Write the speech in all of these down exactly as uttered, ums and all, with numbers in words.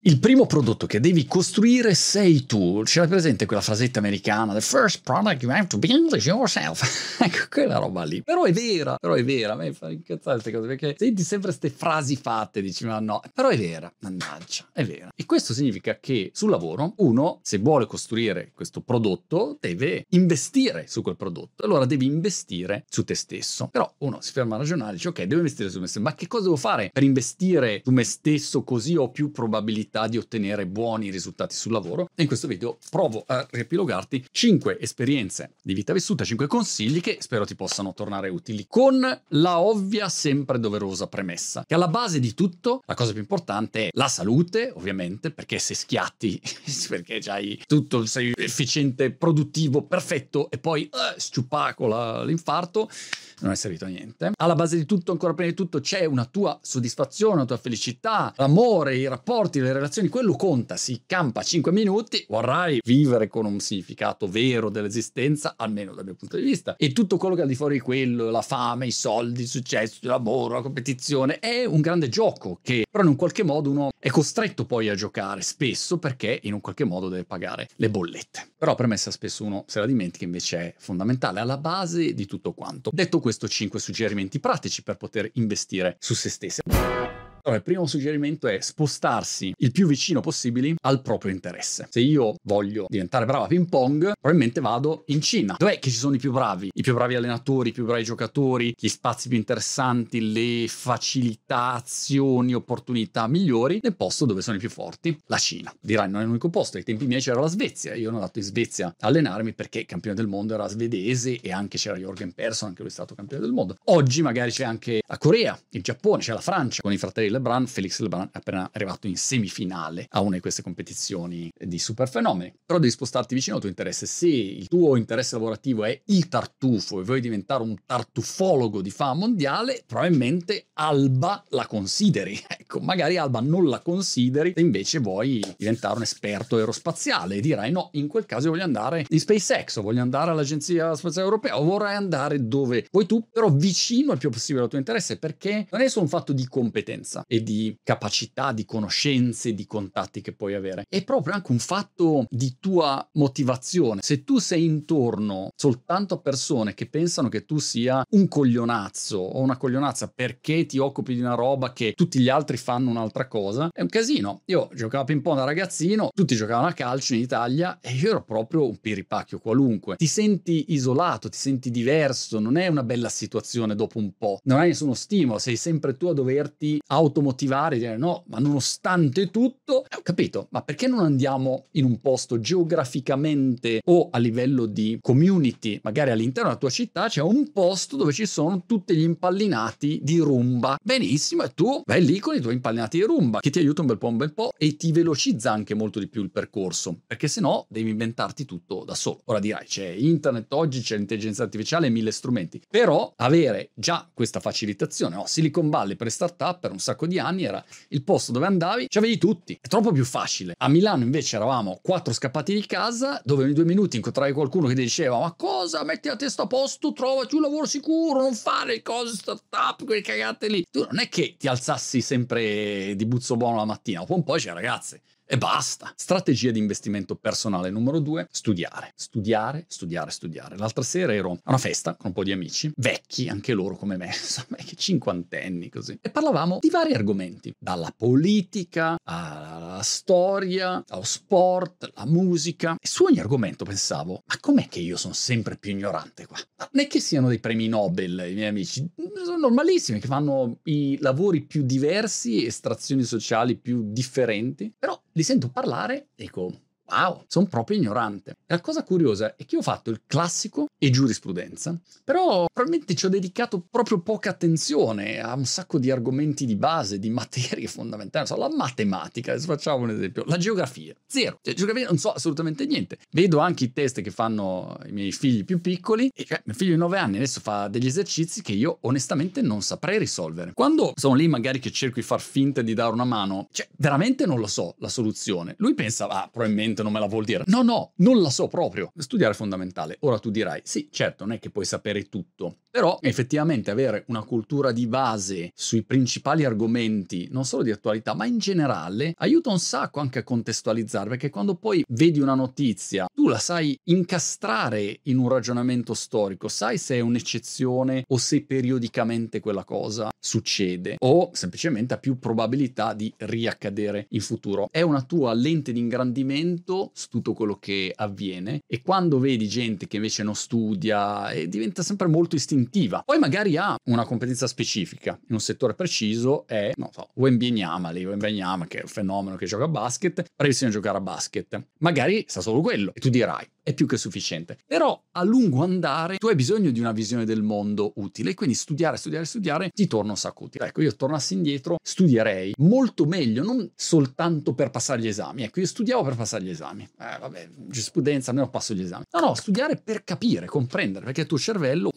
Il primo prodotto che devi costruire sei tu. Ce l'hai presente quella frasetta americana? The first product you have to build is yourself. Ecco, quella roba lì. Però è vera, però è vera. A me fa incazzare queste cose, perché senti sempre queste frasi fatte, dici ma no. Però è vera, mannaggia, è vera. E questo significa che sul lavoro uno, se vuole costruire questo prodotto, deve investire su quel prodotto. Allora devi investire su te stesso. Però uno si ferma a ragionare e dice ok, devo investire su me stesso. Ma che cosa devo fare per investire su me stesso così ho più probabilità di ottenere buoni risultati sul lavoro? E in questo video provo a riepilogarti cinque esperienze di vita vissuta, cinque consigli che spero ti possano tornare utili, con la ovvia, sempre doverosa premessa che alla base di tutto la cosa più importante è la salute, ovviamente, perché se schiatti, perché c'hai tutto, sei efficiente, produttivo, perfetto e poi uh, sciupacola l'infarto, non è servito a niente. Alla base di tutto, ancora prima di tutto, c'è una tua soddisfazione, una tua felicità, l'amore, i rapporti, le relazioni, quello conta, si campa cinque minuti, vorrai vivere con un significato vero dell'esistenza, almeno dal mio punto di vista, e tutto quello che è al di fuori di quello, la fame, i soldi, il successo, il lavoro, la competizione, è un grande gioco che però in un qualche modo uno è costretto poi a giocare, spesso perché in un qualche modo deve pagare le bollette. Però premessa, spesso uno se la dimentica, invece è fondamentale, alla base di tutto quanto. Detto questo, cinque suggerimenti pratici per poter investire su se stessi. Allora, il primo suggerimento è spostarsi il più vicino possibile al proprio interesse. Se io voglio diventare bravo a ping pong, probabilmente vado in Cina. Dov'è che ci sono i più bravi? I più bravi allenatori, i più bravi giocatori, gli spazi più interessanti, le facilità, azioni, opportunità migliori nel posto dove sono i più forti? La Cina. Dirai, non è l'unico posto. Ai tempi miei c'era la Svezia. Io sono andato in Svezia a allenarmi perché il campione del mondo era svedese e anche c'era Jürgen Persson, anche lui è stato campione del mondo. Oggi magari c'è anche la Corea, il Giappone, c'è la Francia con i fratelli LeBron. Felix Lebrun è appena arrivato in semifinale a una di queste competizioni di super fenomeni. Però devi spostarti vicino al tuo interesse. Se il tuo interesse lavorativo è il tartufo e vuoi diventare un tartufologo di fama mondiale, probabilmente Alba la consideri. Ecco, magari Alba non la consideri e invece vuoi diventare un esperto aerospaziale e dirai no, in quel caso voglio andare in SpaceX o voglio andare all'Agenzia Spaziale Europea o vorrai andare dove vuoi tu, però vicino il più possibile al tuo interesse, perché non è solo un fatto di competenza e di capacità, di conoscenze, di contatti che puoi avere. È proprio anche un fatto di tua motivazione. Se tu sei intorno soltanto a persone che pensano che tu sia un coglionazzo o una coglionazza perché ti occupi di una roba che tutti gli altri fanno un'altra cosa, è un casino. Io giocavo a ping pong da ragazzino, tutti giocavano a calcio in Italia e io ero proprio un piripacchio qualunque. Ti senti isolato, ti senti diverso, non è una bella situazione dopo un po'. Non hai nessuno stimolo, sei sempre tu a doverti automotivare e dire no, ma nonostante tutto, ho capito, ma perché non andiamo in un posto geograficamente o a livello di community, magari all'interno della tua città c'è un posto dove ci sono tutti gli impallinati di rumba, benissimo, e tu vai lì con i tuoi impallinati di rumba che ti aiuta un bel po' un bel po' e ti velocizza anche molto di più il percorso, perché se no devi inventarti tutto da solo. Ora dirai, c'è internet oggi, c'è l'intelligenza artificiale e mille strumenti, però avere già questa facilitazione, no? Silicon Valley per startup per un sacco di anni era il posto dove andavi, ci avevi tutti, è troppo più facile. A Milano invece eravamo quattro scappati di casa, dove in due minuti incontravi qualcuno che ti diceva ma cosa, metti la testa a posto, trovaci un lavoro sicuro, non fare le cose startup, quelle cagate lì. Tu non è che ti alzassi sempre di buzzo buono la mattina, dopo un po' c'è ragazzi, e basta. Strategia di investimento personale numero due, studiare. Studiare, studiare, studiare. L'altra sera ero a una festa con un po' di amici, vecchi, anche loro come me, insomma, cinquantenni così, e parlavamo di vari argomenti, dalla politica alla storia, allo sport, la musica. E su ogni argomento pensavo, ma com'è che io sono sempre più ignorante qua? Non è che siano dei premi Nobel i miei amici, sono normalissimi, che fanno i lavori più diversi, estrazioni sociali più differenti, però li sento parlare e dico wow, sono proprio ignorante. E la cosa curiosa è che io ho fatto il classico e giurisprudenza, però probabilmente ci ho dedicato proprio poca attenzione a un sacco di argomenti di base, di materie fondamentali. Non so, la matematica, adesso facciamo un esempio, la geografia, zero. Cioè, geografia non so assolutamente niente. Vedo anche i test che fanno i miei figli più piccoli, e cioè mio figlio di nove anni adesso fa degli esercizi che io onestamente non saprei risolvere. Quando sono lì magari che cerco di far finta di dare una mano, cioè veramente non lo so la soluzione. Lui pensa, ah, probabilmente assolutamente non me la vuol dire. No, no, non la so proprio. Studiare è fondamentale. Ora tu dirai, sì, certo, non è che puoi sapere tutto, però effettivamente avere una cultura di base sui principali argomenti, non solo di attualità, ma in generale, aiuta un sacco anche a contestualizzare, perché quando poi vedi una notizia, tu la sai incastrare in un ragionamento storico, sai se è un'eccezione o se periodicamente quella cosa succede o semplicemente ha più probabilità di riaccadere in futuro. È una tua lente di ingrandimento su tutto quello che avviene, e quando vedi gente che invece non studia e diventa sempre molto istintiva, poi magari ha una competenza specifica in un settore preciso, è, non so, Wembanyama, lì Wembanyama che è un fenomeno che gioca a basket, bravissimo a giocare a basket, magari sa solo quello e tu dirai è più che sufficiente, però a lungo andare tu hai bisogno di una visione del mondo utile, e quindi studiare, studiare, studiare ti torna un sacco utile. Ecco, io tornassi indietro studierei molto meglio, non soltanto per passare gli esami. Ecco, io studiavo per passare gli esami, eh vabbè, giurisprudenza, almeno passo gli esami. No, no, studiare per capire, comprendere, perché il tuo cervello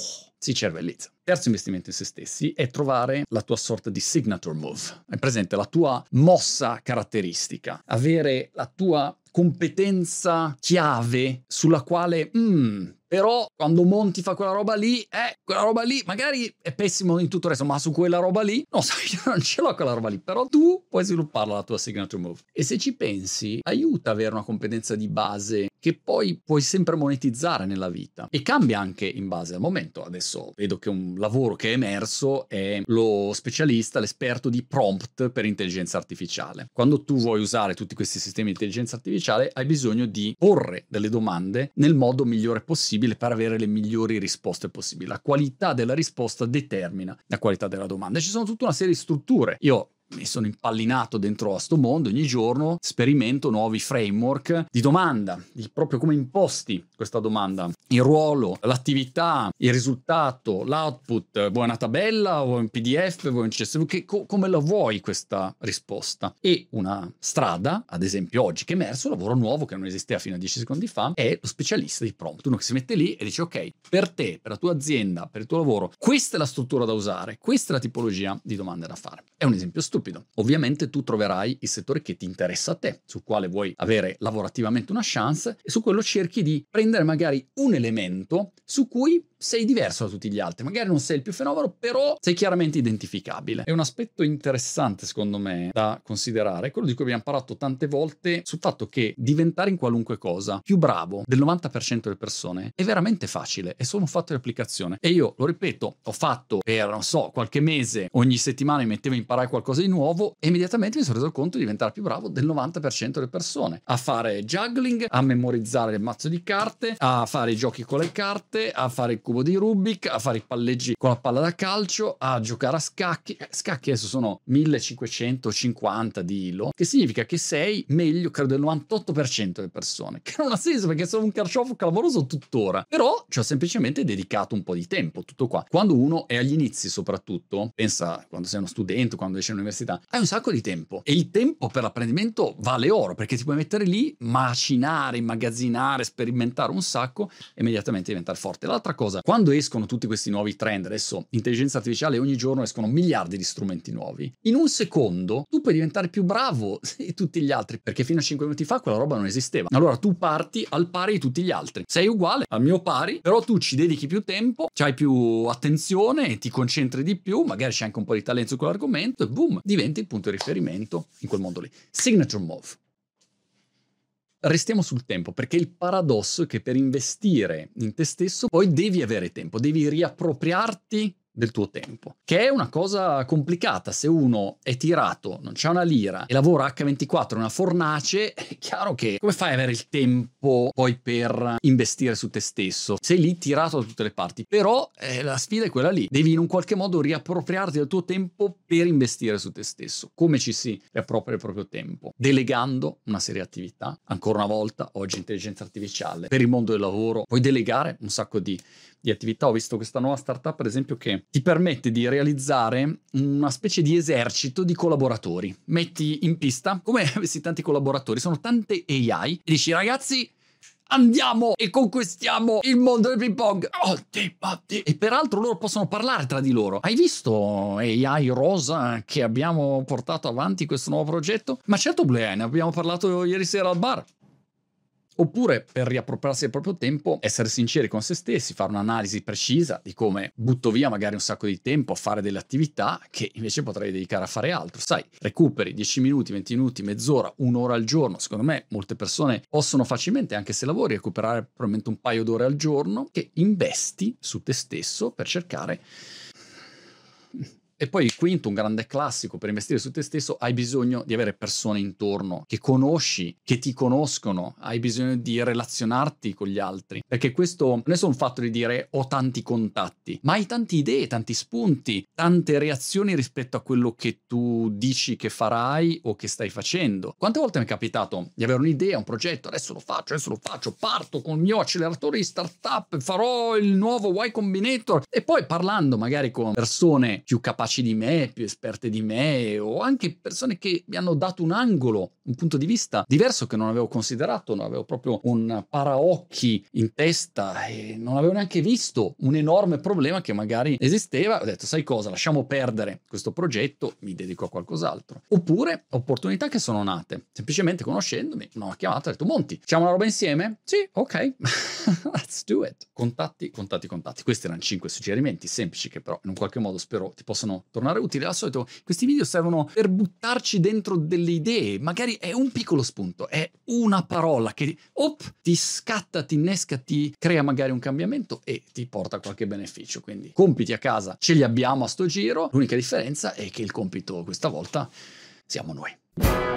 si cervellizza. Terzo investimento in se stessi è trovare la tua sorta di signature move. Hai presente la tua mossa caratteristica, avere la tua competenza chiave sulla quale mm, però quando Monti fa quella roba lì, eh, quella roba lì magari è pessimo in tutto il resto, ma su quella roba lì, no, sai, io non ce l'ho quella roba lì, però tu puoi svilupparla la tua signature move. E se ci pensi, aiuta ad avere una competenza di base che poi puoi sempre monetizzare nella vita, e cambia anche in base al momento. Adesso vedo che un lavoro che è emerso è lo specialista, l'esperto di prompt per intelligenza artificiale. Quando tu vuoi usare tutti questi sistemi di intelligenza artificiale, hai bisogno di porre delle domande nel modo migliore possibile per avere le migliori risposte possibili. La qualità della risposta determina la qualità della domanda. E ci sono tutta una serie di strutture. Io mi sono impallinato dentro a sto mondo, ogni giorno sperimento nuovi framework di domanda, di proprio come imposti questa domanda, il ruolo, l'attività, il risultato, l'output, vuoi una tabella, vuoi un P D F, vuoi un C S V, che, co- come la vuoi questa risposta? E una strada, ad esempio oggi che è emerso, un lavoro nuovo che non esisteva fino a dieci secondi fa, è lo specialista di prompt, uno che si mette lì e dice ok, per te, per la tua azienda, per il tuo lavoro, questa è la struttura da usare, questa è la tipologia di domande da fare. È un esempio stupido. Ovviamente tu troverai il settore che ti interessa a te, sul quale vuoi avere lavorativamente una chance, e su quello cerchi di prendere magari un elemento su cui sei diverso da tutti gli altri. Magari non sei il più fenomeno, però sei chiaramente identificabile. È un aspetto interessante, secondo me, da considerare, quello di cui abbiamo parlato tante volte, sul fatto che diventare in qualunque cosa più bravo del novanta per cento delle persone è veramente facile, è solo un fatto di applicazione. E io, lo ripeto, ho fatto per, non so, qualche mese, ogni settimana mi mettevo a imparare qualcosa di nuovo e immediatamente mi sono reso conto di diventare più bravo del novanta per cento delle persone. A fare juggling, a memorizzare il mazzo di carte, a fare i giochi con le carte, a fare il cubo di Rubik, a fare i palleggi con la palla da calcio, a giocare a scacchi. Eh, scacchi adesso sono millecinquecentocinquanta di I L O, che significa che sei meglio, credo, del novantotto per cento delle persone, che non ha senso perché sono un carciofo clamoroso tuttora, però ci ho semplicemente dedicato un po' di tempo, tutto qua. Quando uno è agli inizi, soprattutto, pensa quando sei uno studente, quando esci all'università, hai un sacco di tempo, e il tempo per l'apprendimento vale oro, perché ti puoi mettere lì, macinare, immagazzinare, sperimentare un sacco e immediatamente diventare forte. L'altra cosa, quando escono tutti questi nuovi trend, adesso intelligenza artificiale, ogni giorno escono miliardi di strumenti nuovi, in un secondo tu puoi diventare più bravo di tutti gli altri, perché fino a cinque minuti fa quella roba non esisteva. Allora tu parti al pari di tutti gli altri, sei uguale al mio pari, però tu ci dedichi più tempo, c'hai più attenzione, ti concentri di più, magari c'è anche un po' di talento su quell'argomento e boom, diventi il punto di riferimento in quel mondo lì. Signature move. Restiamo sul tempo, perché il paradosso è che per investire in te stesso poi devi avere tempo, devi riappropriarti del tuo tempo, che è una cosa complicata. Se uno è tirato, non c'è una lira e lavora acca ventiquattro in una fornace, è chiaro che come fai ad avere il tempo poi per investire su te stesso? Sei lì tirato da tutte le parti, però eh, la sfida è quella lì, devi in un qualche modo riappropriarti del tuo tempo per investire su te stesso. Come ci si riappropria il proprio tempo? Delegando una serie di attività. Ancora una volta, oggi intelligenza artificiale per il mondo del lavoro, puoi delegare un sacco di di attività. Ho visto questa nuova startup, per esempio, che ti permette di realizzare una specie di esercito di collaboratori. Metti in pista, come avessi tanti collaboratori, sono tante A I, e dici ragazzi andiamo e conquistiamo il mondo del ping pong. Oh, ti, oh, ti. E peraltro loro possono parlare tra di loro. Hai visto A I Rosa che abbiamo portato avanti questo nuovo progetto? Ma certo Blue A I, ne abbiamo parlato ieri sera al bar. Oppure, per riappropriarsi del proprio tempo, essere sinceri con se stessi, fare un'analisi precisa di come butto via magari un sacco di tempo a fare delle attività che invece potrei dedicare a fare altro. Sai, recuperi dieci minuti, venti minuti, mezz'ora, un'ora al giorno. Secondo me molte persone possono facilmente, anche se lavori, recuperare probabilmente un paio d'ore al giorno che investi su te stesso per cercare. E poi il quinto, un grande classico per investire su te stesso: hai bisogno di avere persone intorno che conosci, che ti conoscono, hai bisogno di relazionarti con gli altri, perché questo non è solo un fatto di dire ho tanti contatti, ma hai tante idee, tanti spunti, tante reazioni rispetto a quello che tu dici che farai o che stai facendo. Quante volte mi è capitato di avere un'idea, un progetto, adesso lo faccio, adesso lo faccio, parto con il mio acceleratore di startup, farò il nuovo Y Combinator, e poi parlando magari con persone più capaci di me, più esperte di me, o anche persone che mi hanno dato un angolo, un punto di vista diverso che non avevo considerato, non avevo proprio un paraocchi in testa e non avevo neanche visto un enorme problema che magari esisteva. Ho detto, sai cosa, lasciamo perdere questo progetto, mi dedico a qualcos'altro. Oppure opportunità che sono nate semplicemente conoscendomi, mi hanno chiamato e ho detto, Monti, facciamo una roba insieme? Sì, ok. Let's do it. Contatti, contatti, contatti. Questi erano cinque suggerimenti semplici che però in un qualche modo spero ti possano tornare utili. Al solito questi video servono per buttarci dentro delle idee, magari è un piccolo spunto, è una parola che op, ti scatta, ti innesca, ti crea magari un cambiamento e ti porta a qualche beneficio. Quindi compiti a casa ce li abbiamo a sto giro, l'unica differenza è che il compito questa volta siamo noi.